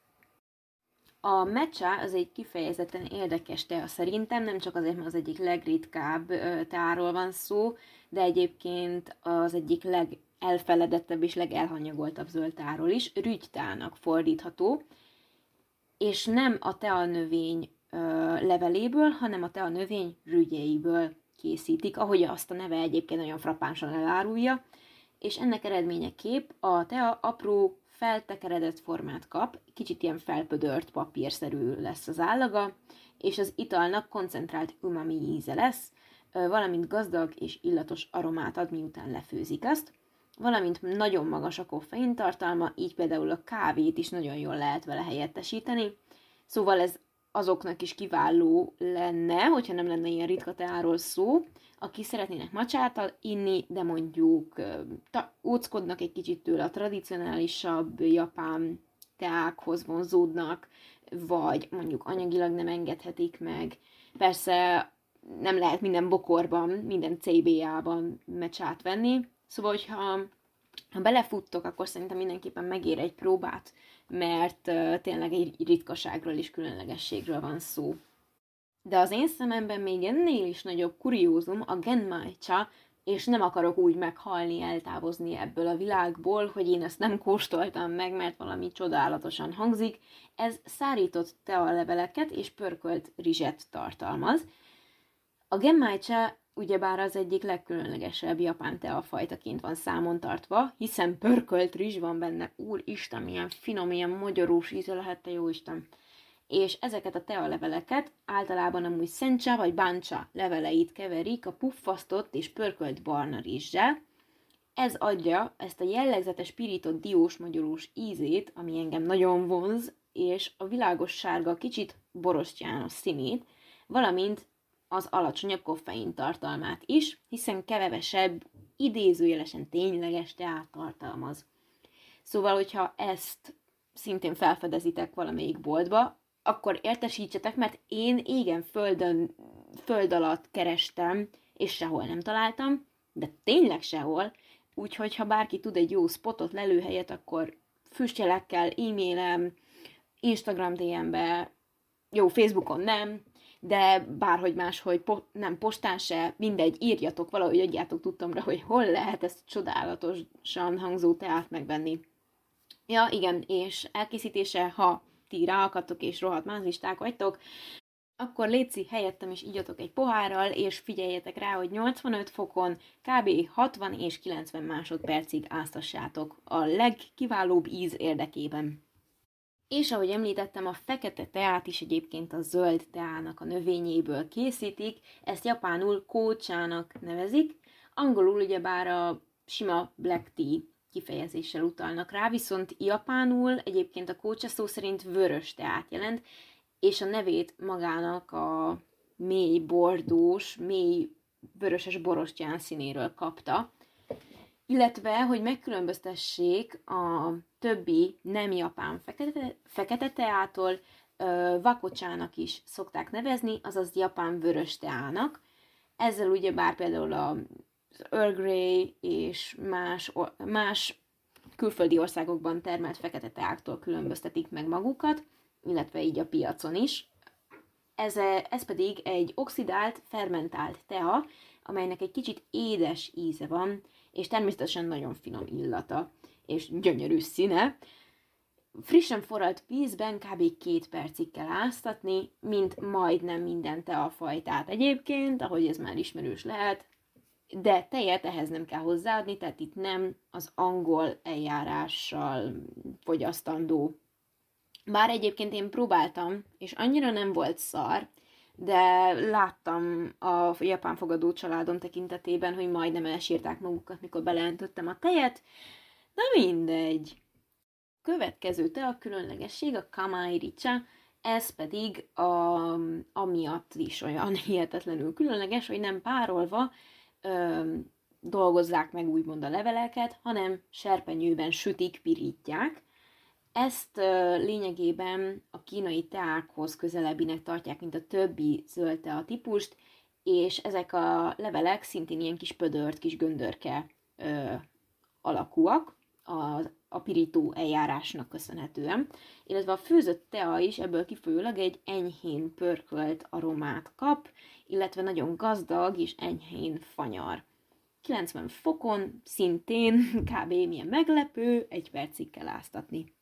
A matcha az egy kifejezetten érdekes tea szerintem, nem csak azért, mert az egyik legritkább teáról van szó, de egyébként az egyik legelfeledettebb és legelhanyagoltabb zöld teáról is, rügyteának fordítható, és nem a teanövény leveléből, hanem a teanövény rügyeiből készítik, ahogy azt a neve egyébként nagyon frappánsan elárulja, és ennek eredményeképp a tea apró, feltekeredett formát kap, kicsit ilyen felpödört papírszerű lesz az állaga, és az italnak koncentrált umami íze lesz, valamint gazdag és illatos aromát ad, miután lefőzik azt, valamint nagyon magas a koffein tartalma, így például a kávét is nagyon jól lehet vele helyettesíteni. Szóval ez azoknak is kiváló lenne, hogyha nem lenne ilyen ritka teáról szó, akik szeretnének macsát inni, de mondjuk óckodnak egy kicsit tőle, a tradicionálisabb japán teákhoz vonzódnak, vagy mondjuk anyagilag nem engedhetik meg. Persze nem lehet minden bokorban, minden CBA-ban macsát venni, szóval ha belefuttok, akkor szerintem mindenképpen megér egy próbát, mert tényleg egy ritkaságról és különlegességről van szó. De az én szememben még ennél is nagyobb kuriózum a Genmai cha, és nem akarok úgy meghalni, eltávozni ebből a világból, hogy én ezt nem kóstoltam meg, mert valami csodálatosan hangzik. Ez szárított tealeveleket és pörkölt rizset tartalmaz. A Genmai cha ugyebár az egyik legkülönlegesebb japán teafajtaként van számon tartva, hiszen pörkölt rizs van benne, úristen, milyen finom, milyen magyarós íze lehet, te jóisten. És ezeket a tealeveleket általában amúgy sencha vagy bancha leveleit keverik a puffasztott és pörkölt barna rizssel. Ez adja ezt a jellegzetes pirított diós magyarós ízét, ami engem nagyon vonz, és a világos sárga, kicsit borostyános színét, valamint az alacsonyabb koffein tartalmát is, hiszen kevesebb, idézőjelesen tényleges teát tartalmaz. Szóval, hogyha ezt szintén felfedezitek valamelyik boltba, akkor értesítsetek, mert én égen föld alatt kerestem, és sehol nem találtam, de tényleg sehol, úgyhogy ha bárki tud egy jó spotot, lelőhelyet, akkor füstjelekkel, e-mailem, Instagram DM-be, jó, Facebookon nem, de bárhogy máshogy, nem postán se, mindegy, írjatok valahogy, adjátok tudtomra, hogy hol lehet ezt csodálatosan hangzó teát megvenni. Ja, igen, és elkészítése, ha ti ráakadtok és rohadt mázlisták vagytok, akkor létszik helyettem is igyatok egy pohárral, és figyeljetek rá, hogy 85 fokon kb. 60 és 90 másodpercig áztassátok a legkiválóbb íz érdekében. És ahogy említettem, a fekete teát is egyébként a zöld teának a növényéből készítik, ezt japánul kócsának nevezik, angolul ugyebár a sima black tea kifejezéssel utalnak rá, viszont japánul egyébként a kócsa szó szerint vörös teát jelent, és a nevét magának a mély bordós, mély vöröses borostyán színéről kapta. Illetve, hogy megkülönböztessék a többi nem japán fekete teától, wakochának is szokták nevezni, azaz japán vörös teának. Ezzel ugyebár például az Earl Grey és más külföldi országokban termelt fekete teáktól különböztetik meg magukat, illetve így a piacon is. Ez pedig egy oxidált, fermentált tea, amelynek egy kicsit édes íze van, és természetesen nagyon finom illata, és gyönyörű színe. Frissen forralt vízben kb. 2 percig kell áztatni, mint majdnem minden teafajtát egyébként, ahogy ez már ismerős lehet, de tejet ehhez nem kell hozzáadni, tehát itt nem az angol eljárással fogyasztandó. Bár egyébként én próbáltam, és annyira nem volt szar, de láttam a japán fogadó családom tekintetében, hogy majdnem elsírták magukat, mikor beleöntöttem a tejet. Na mindegy. Következő tea különlegesség a Kamairi cha, ez pedig amiatt is olyan hihetetlenül különleges, hogy nem párolva dolgozzák meg úgymond a leveleket, hanem serpenyőben sütik, pirítják. Ezt lényegében a kínai teákhoz közelebbinek tartják, mint a többi zöld tea típust, és ezek a levelek szintén ilyen kis pödört, kis göndörke alakúak a pirító eljárásnak köszönhetően, illetve a főzött tea is ebből kifolyólag egy enyhén pörkölt aromát kap, illetve nagyon gazdag és enyhén fanyar. 90 fokon szintén kb. Milyen meglepő, 1 percig kell áztatni.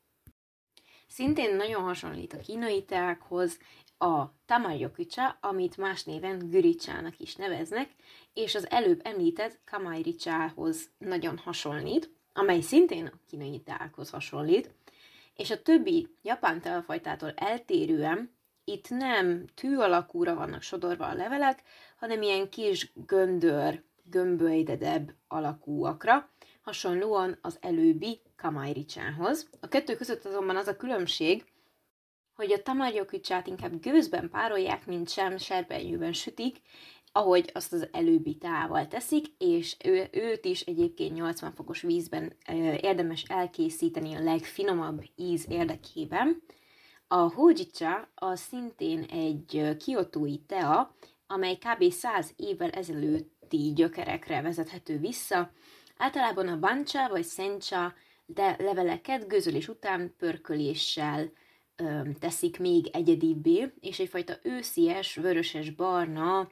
Szintén nagyon hasonlít a kínai teákhoz a Tamayoku cha, amit más néven Guri-chának is neveznek, és az előbb említett Kamairi chához nagyon hasonlít, amely szintén a kínai teákhoz hasonlít, és a többi japán teafajtától eltérően itt nem tű alakúra vannak sodorva a levelek, hanem ilyen kis gömbölydedebb alakúakra, hasonlóan az előbbi kamairicsához. A kettő között azonban az a különbség, hogy a tamaryokicsát inkább gőzben párolják, mint sem serpenyőben sütik, ahogy azt az előbbi teával teszik, és őt is egyébként 80 fokos vízben érdemes elkészíteni a legfinomabb íz érdekében. A hojicha az szintén egy kiotói tea, amely kb. 100 évvel ezelőtti gyökerekre vezethető vissza. Általában a bancha vagy sencha de leveleket gőzölés után pörköléssel teszik még egyedibbé, és egyfajta őszies, vöröses-barna,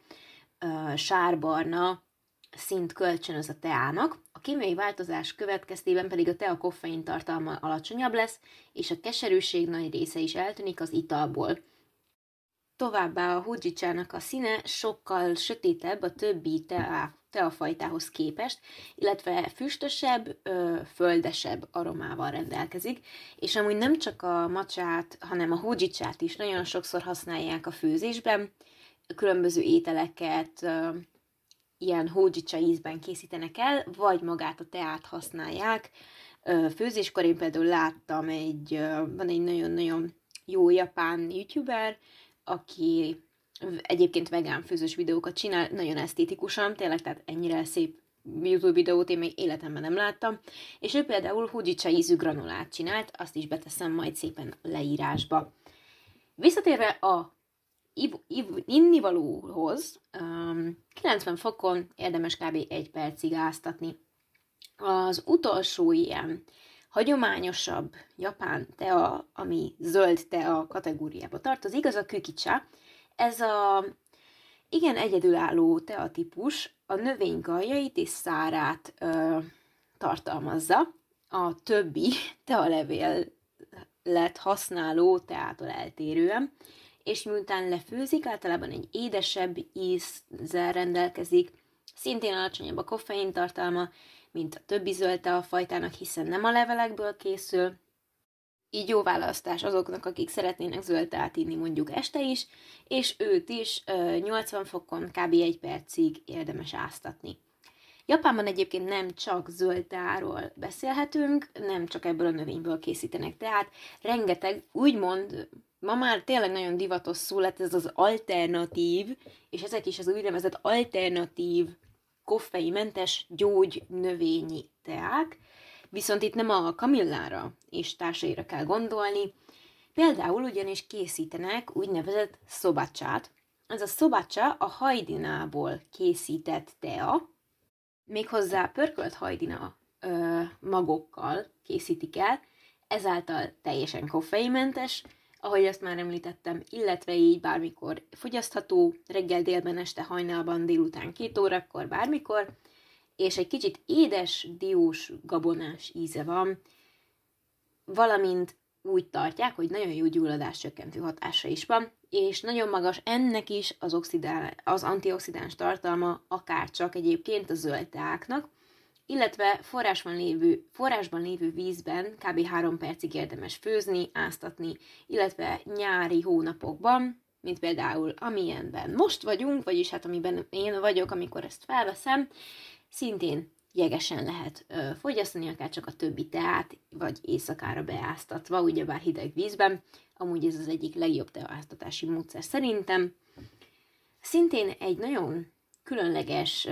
sárbarna szint kölcsönöz a teának. A kémiai változás következtében pedig a tea koffein tartalma alacsonyabb lesz, és a keserűség nagy része is eltűnik az italból. Továbbá a hojichának a színe sokkal sötétebb a többi teafajtához képest, illetve füstösebb, földesebb aromával rendelkezik, és amúgy nem csak a macsát, hanem a hojichát is nagyon sokszor használják a főzésben, különböző ételeket ilyen hojicha ízben készítenek el, vagy magát a teát használják. Főzéskor én például láttam van egy nagyon-nagyon jó japán youtuber, aki egyébként vegán főzős videókat csinál, nagyon esztétikusan, tényleg, tehát ennyire szép YouTube videót én még életemben nem láttam, és ő például hojicha ízű granulát csinált, azt is beteszem majd szépen a leírásba. Visszatérve a innivalóhoz, 90 fokon érdemes kb. 1 percig áztatni. Az utolsó ilyen hagyományosabb japán tea, ami zöld tea kategóriába tartozik, az a kükicha. Ez a igen egyedülálló tea típus a növény galjait és szárát tartalmazza. A többi tealevélet használó teától eltérően, és miután lefőzik, általában egy édesebb ízzel rendelkezik, szintén alacsonyabb a koffein tartalma, mint a többi zöld teafajtának, hiszen nem a levelekből készül. Így jó választás azoknak, akik szeretnének zöld teát inni mondjuk este is, és őt is 80 fokon kb. 1 percig érdemes áztatni. Japánban egyébként nem csak zöld teáról beszélhetünk, nem csak ebből a növényből készítenek teát, rengeteg úgymond, ma már tényleg nagyon divatos szó lett ez az alternatív, és ezek is az úgynevezett alternatív, koffeinmentes gyógynövényi teák, viszont itt nem a kamillára és társaira kell gondolni, például ugyanis készítenek úgynevezett szobachát. Ez a szobacha a hajdinából készített tea, méghozzá pörkölt hajdina magokkal készítik el, ezáltal teljesen koffeinmentes, ahogy azt már említettem, illetve így bármikor fogyasztható, reggel, délben, este, hajnalban, délután 2 órakor, bármikor, és egy kicsit édes, diós, gabonás íze van, valamint úgy tartják, hogy nagyon jó gyulladás csökkentő hatása is van, és nagyon magas ennek is az antioxidáns tartalma, akár csak egyébként a zöld teáknak, illetve forrásban lévő vízben kb. 3 percig érdemes főzni, áztatni, illetve nyári hónapokban, mint például amilyenben most vagyunk, vagyis hát amiben én vagyok, amikor ezt felveszem, szintén jegesen lehet fogyasztani, akár csak a többi teát, vagy éjszakára beáztatva, ugyebár hideg vízben. Amúgy ez az egyik legjobb teaáztatási módszer szerintem. Szintén egy nagyon különleges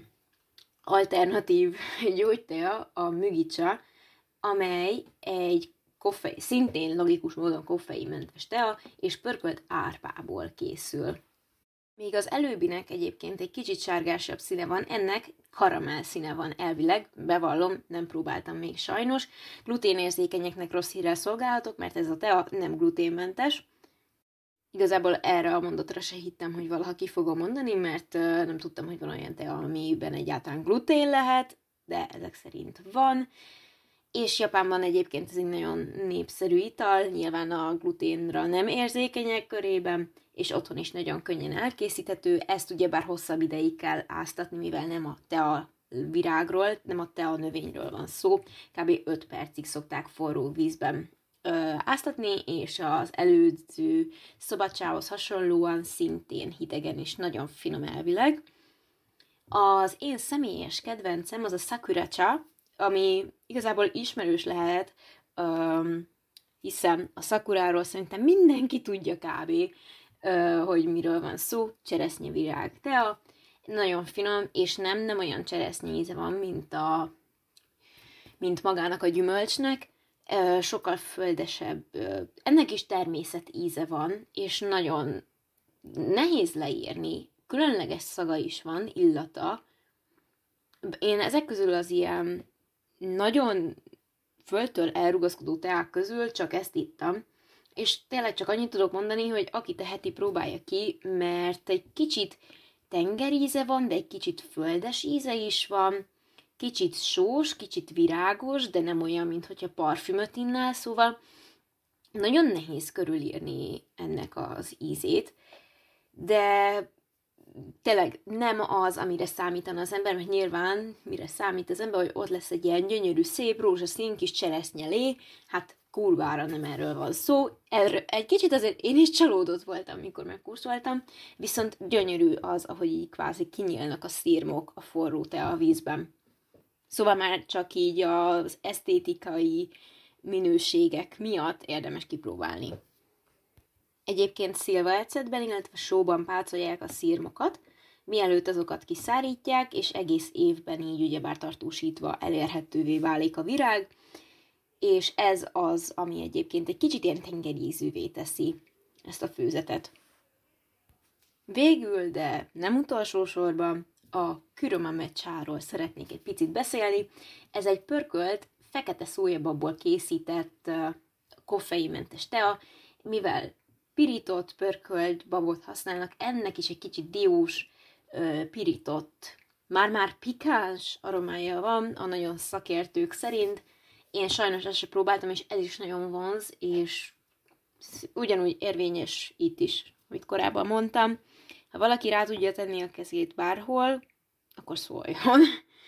alternatív gyógytea a mugicha, amely egy szintén logikus módon koffeinmentes tea, és pörkölt árpából készül. Még az előbbinek egyébként egy kicsit sárgásabb színe van, ennek karamell színe van elvileg, bevallom, nem próbáltam még sajnos. Gluténérzékenyeknek rossz hírrel szolgálhatok, mert ez a tea nem gluténmentes. Igazából erre a mondatra se hittem, hogy valaha ki fogom mondani, mert nem tudtam, hogy van olyan tea, amiben egyáltalán glutén lehet, de ezek szerint van. És Japánban egyébként ez egy nagyon népszerű ital, nyilván a gluténra nem érzékenyek körében, és otthon is nagyon könnyen elkészíthető. Ezt ugyebár hosszabb ideig kell áztatni, mivel nem a tea virágról, nem a tea növényről van szó. Kb. 5 percig szokták forró vízben áztatni, és az előző szobacsához hasonlóan szintén hidegen és nagyon finom elvileg. Az én személyes kedvencem az a Sakuracha, ami igazából ismerős lehet, hiszen a szakuráról szerintem mindenki tudja kb., hogy miről van szó, cseresznyevirág tea, nagyon finom, és nem olyan cseresznye íze van, mint magának a gyümölcsnek, sokkal földesebb, ennek is természet íze van, és nagyon nehéz leírni, különleges szaga is van, illata. Én ezek közül az ilyen nagyon földtől elrugaszkodó teák közül csak ezt ittam, és tényleg csak annyit tudok mondani, hogy aki teheti, próbálja ki, mert egy kicsit tengeríze van, de egy kicsit földes íze is van, kicsit sós, kicsit virágos, de nem olyan, mint hogyha parfümöt innál, szóval nagyon nehéz körülírni ennek az ízét, de tényleg nem az, amire számítana az ember, mert nyilván mire számít az ember, hogy ott lesz egy ilyen gyönyörű, szép, rózsaszín kis cseresznyelé, hát kurvára nem erről van szó. Erről egy kicsit azért én is csalódott voltam, mikor megkóstoltam, viszont gyönyörű az, ahogy így kvázi kinyílnak a szirmok a forró tea vízben. Szóval már csak így az esztétikai minőségek miatt érdemes kipróbálni. Egyébként szilvaecetben, illetve sóban pácolják a szirmokat, mielőtt azokat kiszárítják, és egész évben így ugyebár tartósítva elérhetővé válik a virág, és ez az, ami egyébként egy kicsit ilyen tengerízűvé teszi ezt a főzetet. Végül, de nem utolsó sorban, a Kuromamecsáról szeretnék egy picit beszélni. Ez egy pörkölt, fekete szójababból készített koffeinmentes tea, mivel pirított, pörkölt babot használnak, ennek is egy kicsit diós, pirított, már-már pikáns aromája van a nagyon szakértők szerint. Én sajnos ezt sem próbáltam, és ez is nagyon vonz, és ugyanúgy érvényes itt is, amit korábban mondtam. Ha valaki rá tudja tenni a kezét bárhol, akkor szóljon.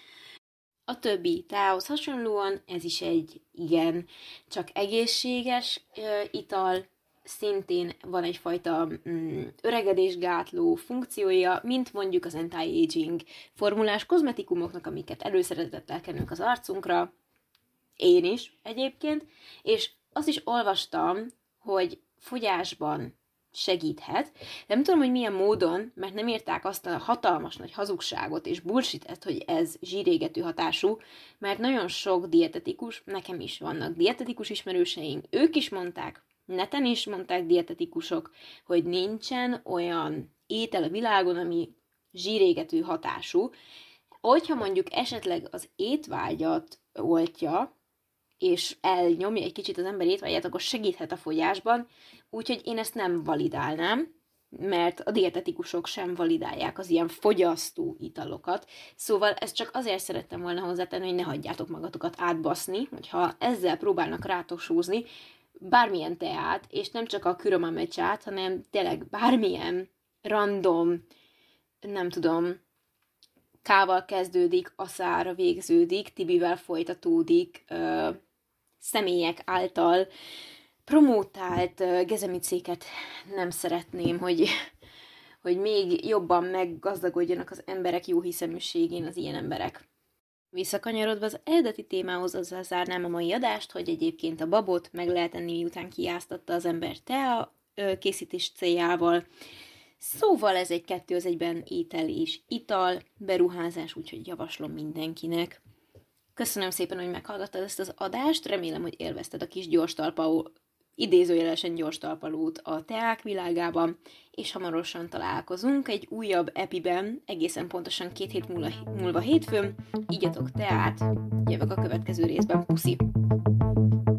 A többi teához hasonlóan ez is egy igen, csak egészséges ital, szintén van egyfajta öregedésgátló funkciója, mint mondjuk az anti-aging formulás kozmetikumoknak, amiket előszeretettel kenünk az arcunkra, én is egyébként, és azt is olvastam, hogy fogyásban segíthet. Nem tudom, hogy milyen módon, mert nem írták azt a hatalmas nagy hazugságot és bullshitet, hogy ez zsírégető hatású, mert nagyon sok dietetikus, nekem is vannak dietetikus ismerőseim, ők is mondták, neten is mondták dietetikusok, hogy nincsen olyan étel a világon, ami zsírégető hatású. Hogyha mondjuk esetleg az étvágyat oltja, és elnyomja egy kicsit az ember étvágyát, akkor segíthet a fogyásban, úgyhogy én ezt nem validálnám, mert a dietetikusok sem validálják az ilyen fogyasztó italokat, szóval ezt csak azért szerettem volna hozzátenni, hogy ne hagyjátok magatokat átbaszni, hogyha ezzel próbálnak rátok sózni bármilyen teát, és nem csak a Kuromamechát, hanem tényleg bármilyen random, nem tudom, K-val kezdődik, aszára végződik, Tibivel folytatódik, személyek által promótált gezemicéket nem szeretném, hogy még jobban meggazdagodjanak az emberek jó hiszeműségén az ilyen emberek. Visszakanyarodva az eredeti témához, azzal zárnám a mai adást, hogy egyébként a babot meg lehet enni, miután kiáztatta az ember tea készítés céljával. Szóval ez egy 2-1-ben étel és ital, beruházás, úgyhogy javaslom mindenkinek. Köszönöm szépen, hogy meghallgattad ezt az adást, remélem, hogy élvezted a kis idézőjelesen gyors talpalót a teák világában, és hamarosan találkozunk egy újabb epiben, egészen pontosan 2 hét múlva hétfőn. Igyatok teát, jövök a következő részben, puszi!